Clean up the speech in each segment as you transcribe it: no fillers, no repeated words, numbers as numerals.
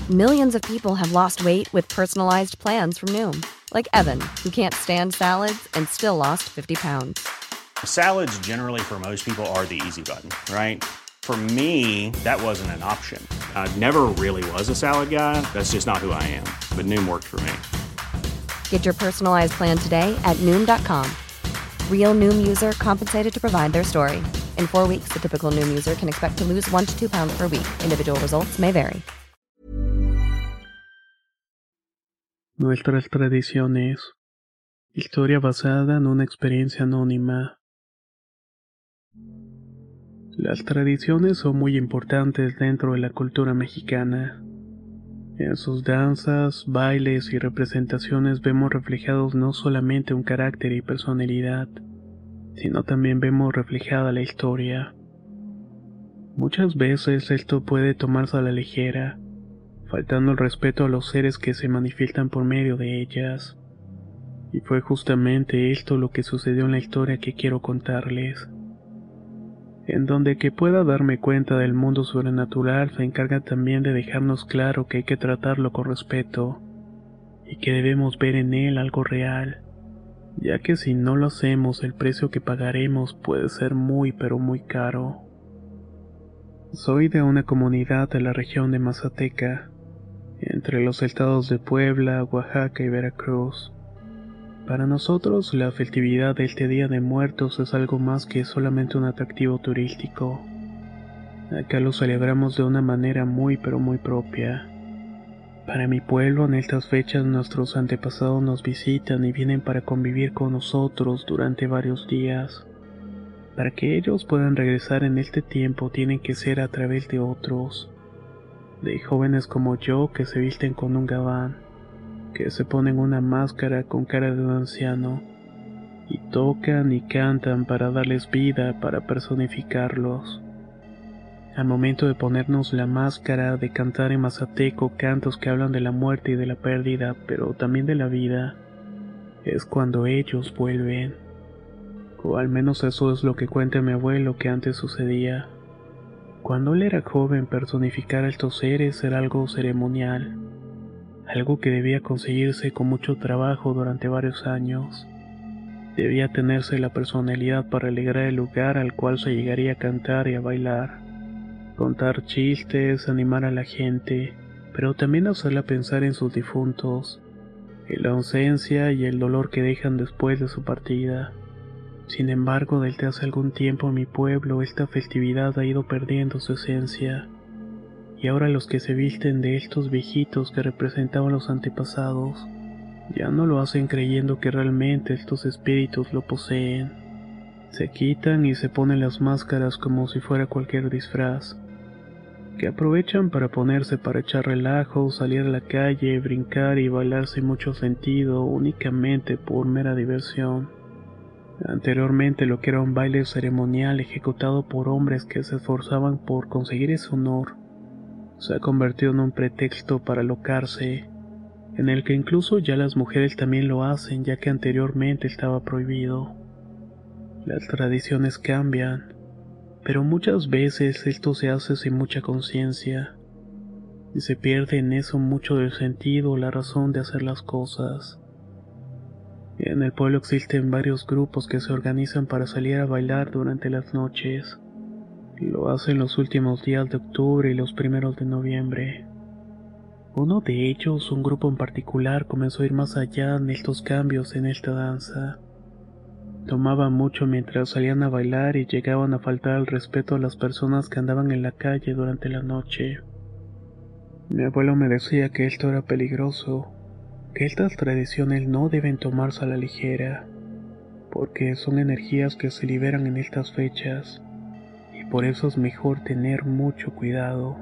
Millions of people have lost weight with personalized plans from Noom. Like Evan, who can't stand salads and still lost 50 pounds. Salads generally for most people are the easy button, right? For me, that wasn't an option. I never really was a salad guy. That's just not who I am. But Noom worked for me. Get your personalized plan today at Noom.com. Real Noom user compensated to provide their story. In 4 weeks, the typical Noom user can expect to lose 1 to 2 pounds per week. Individual results may vary. Nuestras tradiciones. Historia basada en una experiencia anónima. Las tradiciones son muy importantes dentro de la cultura mexicana. En sus danzas, bailes y representaciones vemos reflejados no solamente un carácter y personalidad, sino también vemos reflejada la historia. Muchas veces esto puede tomarse a la ligera, faltando el respeto a los seres que se manifiestan por medio de ellas. Y fue justamente esto lo que sucedió en la historia que quiero contarles. En donde que pueda darme cuenta del mundo sobrenatural se encarga también de dejarnos claro que hay que tratarlo con respeto, y que debemos ver en él algo real, ya que si no lo hacemos el precio que pagaremos puede ser muy pero muy caro. Soy de una comunidad de la región de Mazateca, entre los estados de Puebla, Oaxaca y Veracruz. Para nosotros, la festividad de este Día de Muertos es algo más que solamente un atractivo turístico. Acá lo celebramos de una manera muy pero muy propia. Para mi pueblo, en estas fechas nuestros antepasados nos visitan y vienen para convivir con nosotros durante varios días. Para que ellos puedan regresar en este tiempo tienen que ser a través de otros, de jóvenes como yo que se visten con un gabán, que se ponen una máscara con cara de un anciano, y tocan y cantan para darles vida, para personificarlos. Al momento de ponernos la máscara, de cantar en mazateco cantos que hablan de la muerte y de la pérdida, pero también de la vida, es cuando ellos vuelven. O al menos eso es lo que cuenta mi abuelo que antes sucedía. Cuando él era joven, personificar a estos seres era algo ceremonial, algo que debía conseguirse con mucho trabajo durante varios años. Debía tenerse la personalidad para alegrar el lugar al cual se llegaría a cantar y a bailar, contar chistes, animar a la gente, pero también hacerla pensar en sus difuntos, en la ausencia y el dolor que dejan después de su partida. Sin embargo, desde hace algún tiempo en mi pueblo esta festividad ha ido perdiendo su esencia, y ahora los que se visten de estos viejitos que representaban los antepasados ya no lo hacen creyendo que realmente estos espíritus lo poseen. Se quitan y se ponen las máscaras como si fuera cualquier disfraz, que aprovechan para ponerse para echar relajo, salir a la calle, brincar y bailar sin mucho sentido, únicamente por mera diversión. Anteriormente lo que era un baile ceremonial ejecutado por hombres que se esforzaban por conseguir ese honor, se ha convertido en un pretexto para alocarse, en el que incluso ya las mujeres también lo hacen, ya que anteriormente estaba prohibido. Las tradiciones cambian, pero muchas veces esto se hace sin mucha conciencia, y se pierde en eso mucho del sentido o la razón de hacer las cosas. En el pueblo existen varios grupos que se organizan para salir a bailar durante las noches. Lo hacen los últimos días de octubre y los primeros de noviembre. Uno de ellos, un grupo en particular, comenzó a ir más allá en estos cambios en esta danza. Tomaban mucho mientras salían a bailar y llegaban a faltar al respeto a las personas que andaban en la calle durante la noche. Mi abuelo me decía que esto era peligroso, que estas tradiciones no deben tomarse a la ligera, porque son energías que se liberan en estas fechas, y por eso es mejor tener mucho cuidado.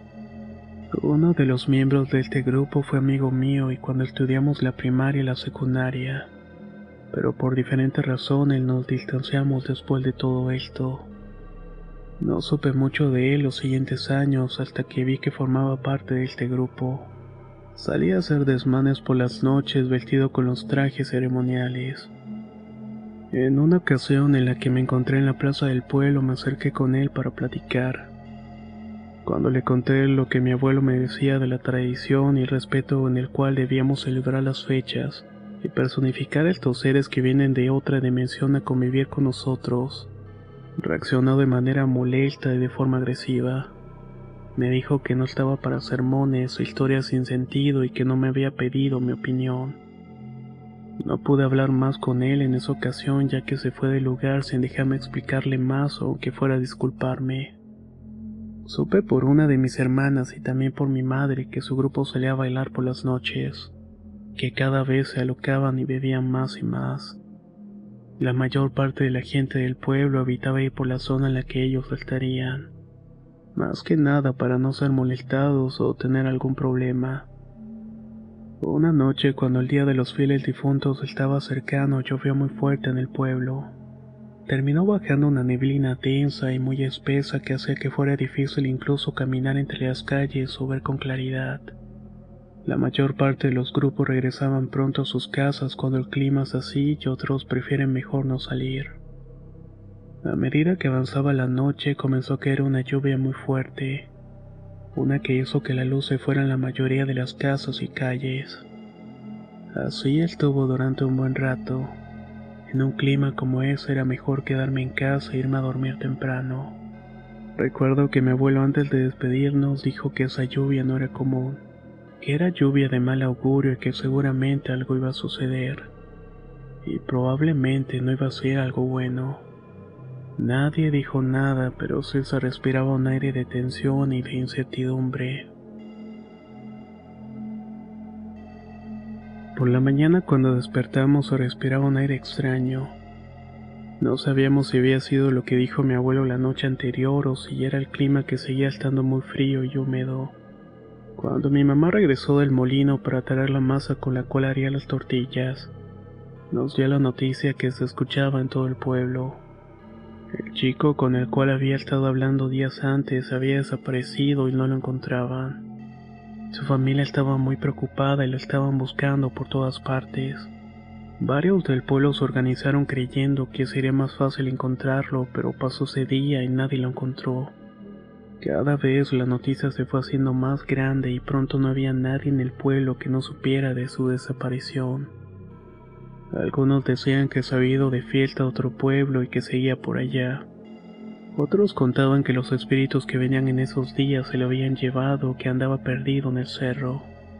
Uno de los miembros de este grupo fue amigo mío y cuando estudiamos la primaria y la secundaria, pero por diferentes razones nos distanciamos después de todo esto. No supe mucho de él los siguientes años hasta que vi que formaba parte de este grupo. Salía a hacer desmanes por las noches vestido con los trajes ceremoniales. En una ocasión en la que me encontré en la plaza del pueblo me acerqué con él para platicar. Cuando le conté lo que mi abuelo me decía de la tradición y el respeto en el cual debíamos celebrar las fechas y personificar a estos seres que vienen de otra dimensión a convivir con nosotros, reaccionó de manera molesta y de forma agresiva. Me dijo que no estaba para sermones o historias sin sentido y que no me había pedido mi opinión. No pude hablar más con él en esa ocasión, ya que se fue del lugar sin dejarme explicarle más o que fuera a disculparme. Supe por una de mis hermanas y también por mi madre que su grupo salía a bailar por las noches, que cada vez se alocaban y bebían más y más. La mayor parte de la gente del pueblo evitaba ir por la zona en la que ellos estarían, más que nada para no ser molestados o tener algún problema. Una noche, cuando el día de los fieles difuntos estaba cercano, llovió muy fuerte en el pueblo. Terminó bajando una neblina densa y muy espesa que hacía que fuera difícil incluso caminar entre las calles o ver con claridad. La mayor parte de los grupos regresaban pronto a sus casas cuando el clima es así y otros prefieren mejor no salir. A medida que avanzaba la noche comenzó a caer una lluvia muy fuerte, una que hizo que la luz se fuera en la mayoría de las casas y calles. Así estuvo durante un buen rato. En un clima como ese era mejor quedarme en casa e irme a dormir temprano. Recuerdo que mi abuelo antes de despedirnos dijo que esa lluvia no era común, que era lluvia de mal augurio y que seguramente algo iba a suceder, y probablemente no iba a ser algo bueno. Nadie dijo nada, pero sí se respiraba un aire de tensión y de incertidumbre. Por la mañana cuando despertamos se respiraba un aire extraño. No sabíamos si había sido lo que dijo mi abuelo la noche anterior o si era el clima que seguía estando muy frío y húmedo. Cuando mi mamá regresó del molino para traer la masa con la cual haría las tortillas, nos dio la noticia que se escuchaba en todo el pueblo. El chico con el cual había estado hablando días antes había desaparecido y no lo encontraban. Su familia estaba muy preocupada y lo estaban buscando por todas partes. Varios del pueblo se organizaron creyendo que sería más fácil encontrarlo, pero pasó ese día y nadie lo encontró. Cada vez la noticia se fue haciendo más grande y pronto no había nadie en el pueblo que no supiera de su desaparición. Algunos decían que se había ido de fiesta a otro pueblo y que seguía por allá. Otros contaban que los espíritus que venían en esos días se lo habían llevado o que andaba perdido en el cerro.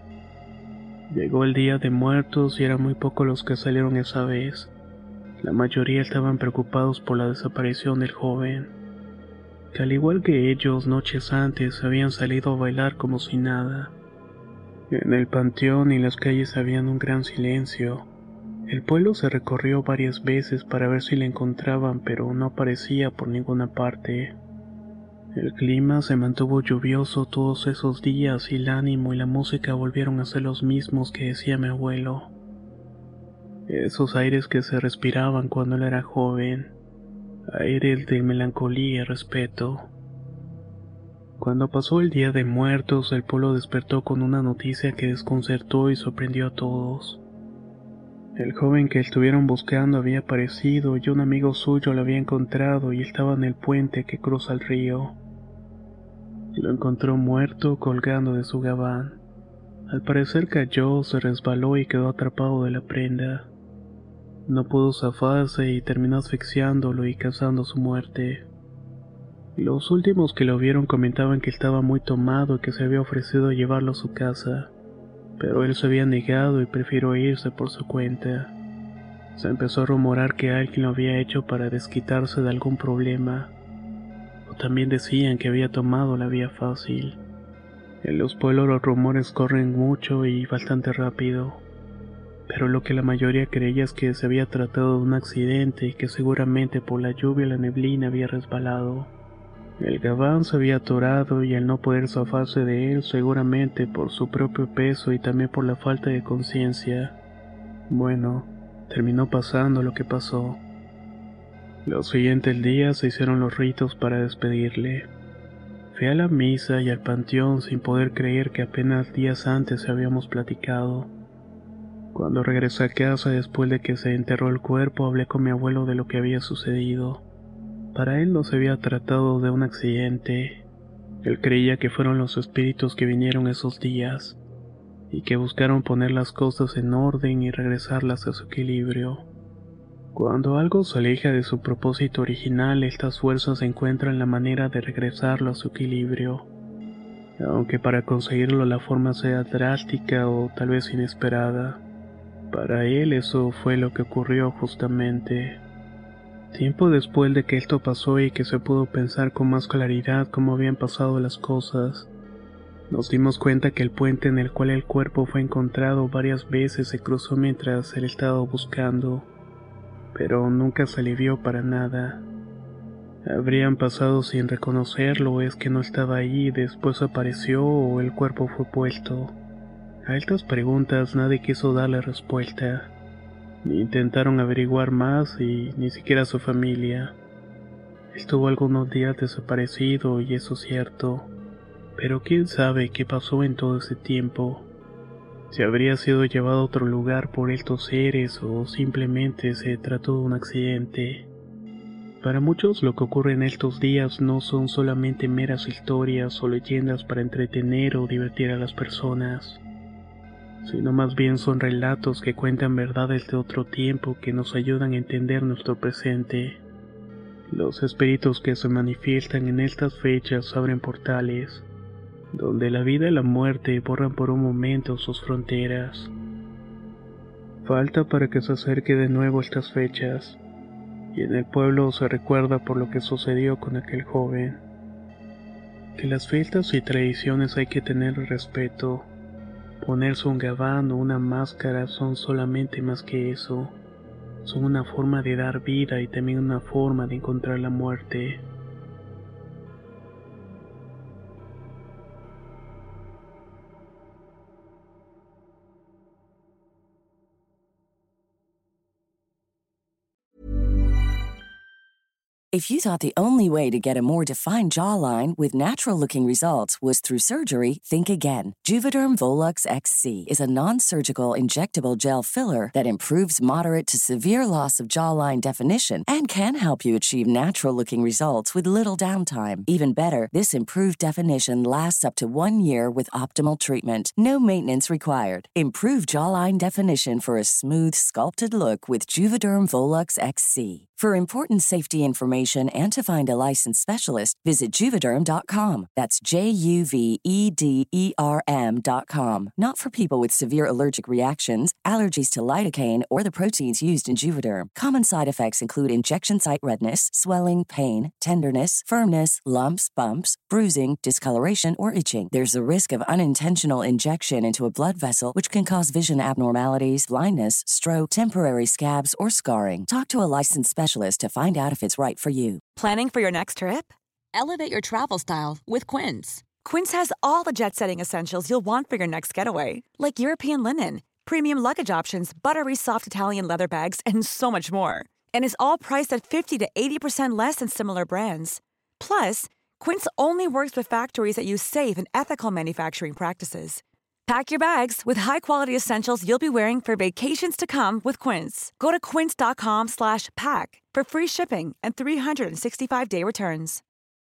Llegó el día de muertos y eran muy pocos los que salieron esa vez. La mayoría estaban preocupados por la desaparición del joven, que al igual que ellos noches antes habían salido a bailar como si nada. En el panteón y las calles había un gran silencio. El pueblo se recorrió varias veces para ver si le encontraban, pero no aparecía por ninguna parte. El clima se mantuvo lluvioso todos esos días y el ánimo y la música volvieron a ser los mismos que decía mi abuelo. Esos aires que se respiraban cuando él era joven, aires de melancolía y respeto. Cuando pasó el día de muertos, el pueblo despertó con una noticia que desconcertó y sorprendió a todos. El joven que estuvieron buscando había aparecido y un amigo suyo lo había encontrado y estaba en el puente que cruza el río. Lo encontró muerto colgando de su gabán. Al parecer cayó, se resbaló y quedó atrapado de la prenda. No pudo zafarse y terminó asfixiándolo y causando su muerte. Los últimos que lo vieron comentaban que estaba muy tomado y que se había ofrecido llevarlo a su casa, pero él se había negado y prefirió irse por su cuenta. Se empezó a rumorar que alguien lo había hecho para desquitarse de algún problema, o también decían que había tomado la vía fácil. En los pueblos los rumores corren mucho y bastante rápido, pero lo que la mayoría creía es que se había tratado de un accidente y que seguramente por la lluvia y la neblina había resbalado. El gabán se había atorado y al no poder zafarse de él, seguramente por su propio peso y también por la falta de conciencia, bueno, terminó pasando lo que pasó. Los siguientes días se hicieron los ritos para despedirle. Fui a la misa y al panteón sin poder creer que apenas días antes habíamos platicado. Cuando regresé a casa después de que se enterró el cuerpo, hablé con mi abuelo de lo que había sucedido. Para él no se había tratado de un accidente. Él creía que fueron los espíritus que vinieron esos días y que buscaron poner las cosas en orden y regresarlas a su equilibrio. Cuando algo se aleja de su propósito original, estas fuerzas encuentran la manera de regresarlo a su equilibrio, aunque para conseguirlo la forma sea drástica o tal vez inesperada. Para él eso fue lo que ocurrió justamente. Tiempo después de que esto pasó y que se pudo pensar con más claridad cómo habían pasado las cosas, nos dimos cuenta que el puente en el cual el cuerpo fue encontrado varias veces se cruzó mientras él estaba buscando, pero nunca se le vio para nada. Habrían pasado sin reconocerlo, o es que no estaba ahí y después apareció, o el cuerpo fue puesto. A estas preguntas nadie quiso darle respuesta, ni intentaron averiguar más y ni siquiera su familia. Estuvo algunos días desaparecido y eso es cierto, pero quién sabe qué pasó en todo ese tiempo. Si habría sido llevado a otro lugar por estos seres o simplemente se trató de un accidente. Para muchos lo que ocurre en estos días no son solamente meras historias o leyendas para entretener o divertir a las personas, sino más bien son relatos que cuentan verdades de otro tiempo que nos ayudan a entender nuestro presente. Los espíritus que se manifiestan en estas fechas abren portales, donde la vida y la muerte borran por un momento sus fronteras. Falta para que se acerque de nuevo estas fechas, y en el pueblo se recuerda por lo que sucedió con aquel joven. Que las fiestas y tradiciones hay que tener respeto. Ponerse un gabán o una máscara son solamente más que eso. Son una forma de dar vida y también una forma de encontrar la muerte. If you thought the only way to get a more defined jawline with natural-looking results was through surgery, think again. Juvederm Volux XC is a non-surgical injectable gel filler that improves moderate to severe loss of jawline definition and can help you achieve natural-looking results with little downtime. Even better, this improved definition lasts up to 1 year with optimal treatment. No maintenance required. Improve jawline definition for a smooth, sculpted look with Juvederm Volux XC. For important safety information and to find a licensed specialist, visit Juvederm.com. That's JUVEDERM.com. Not for people with severe allergic reactions, allergies to lidocaine, or the proteins used in Juvederm. Common side effects include injection site redness, swelling, pain, tenderness, firmness, lumps, bumps, bruising, discoloration, or itching. There's a risk of unintentional injection into a blood vessel, which can cause vision abnormalities, blindness, stroke, temporary scabs, or scarring. Talk to a licensed specialist to find out if it's right for you. Planning for your next trip? Elevate your travel style with Quince. Quince has all the jet-setting essentials you'll want for your next getaway, like European linen, premium luggage options, buttery soft Italian leather bags, and so much more. And is all priced at 50 to 80% less than similar brands. Plus, Quince only works with factories that use safe and ethical manufacturing practices. Pack your bags with high-quality essentials you'll be wearing for vacations to come with Quince. Go to quince.com/pack for free shipping and 365-day returns.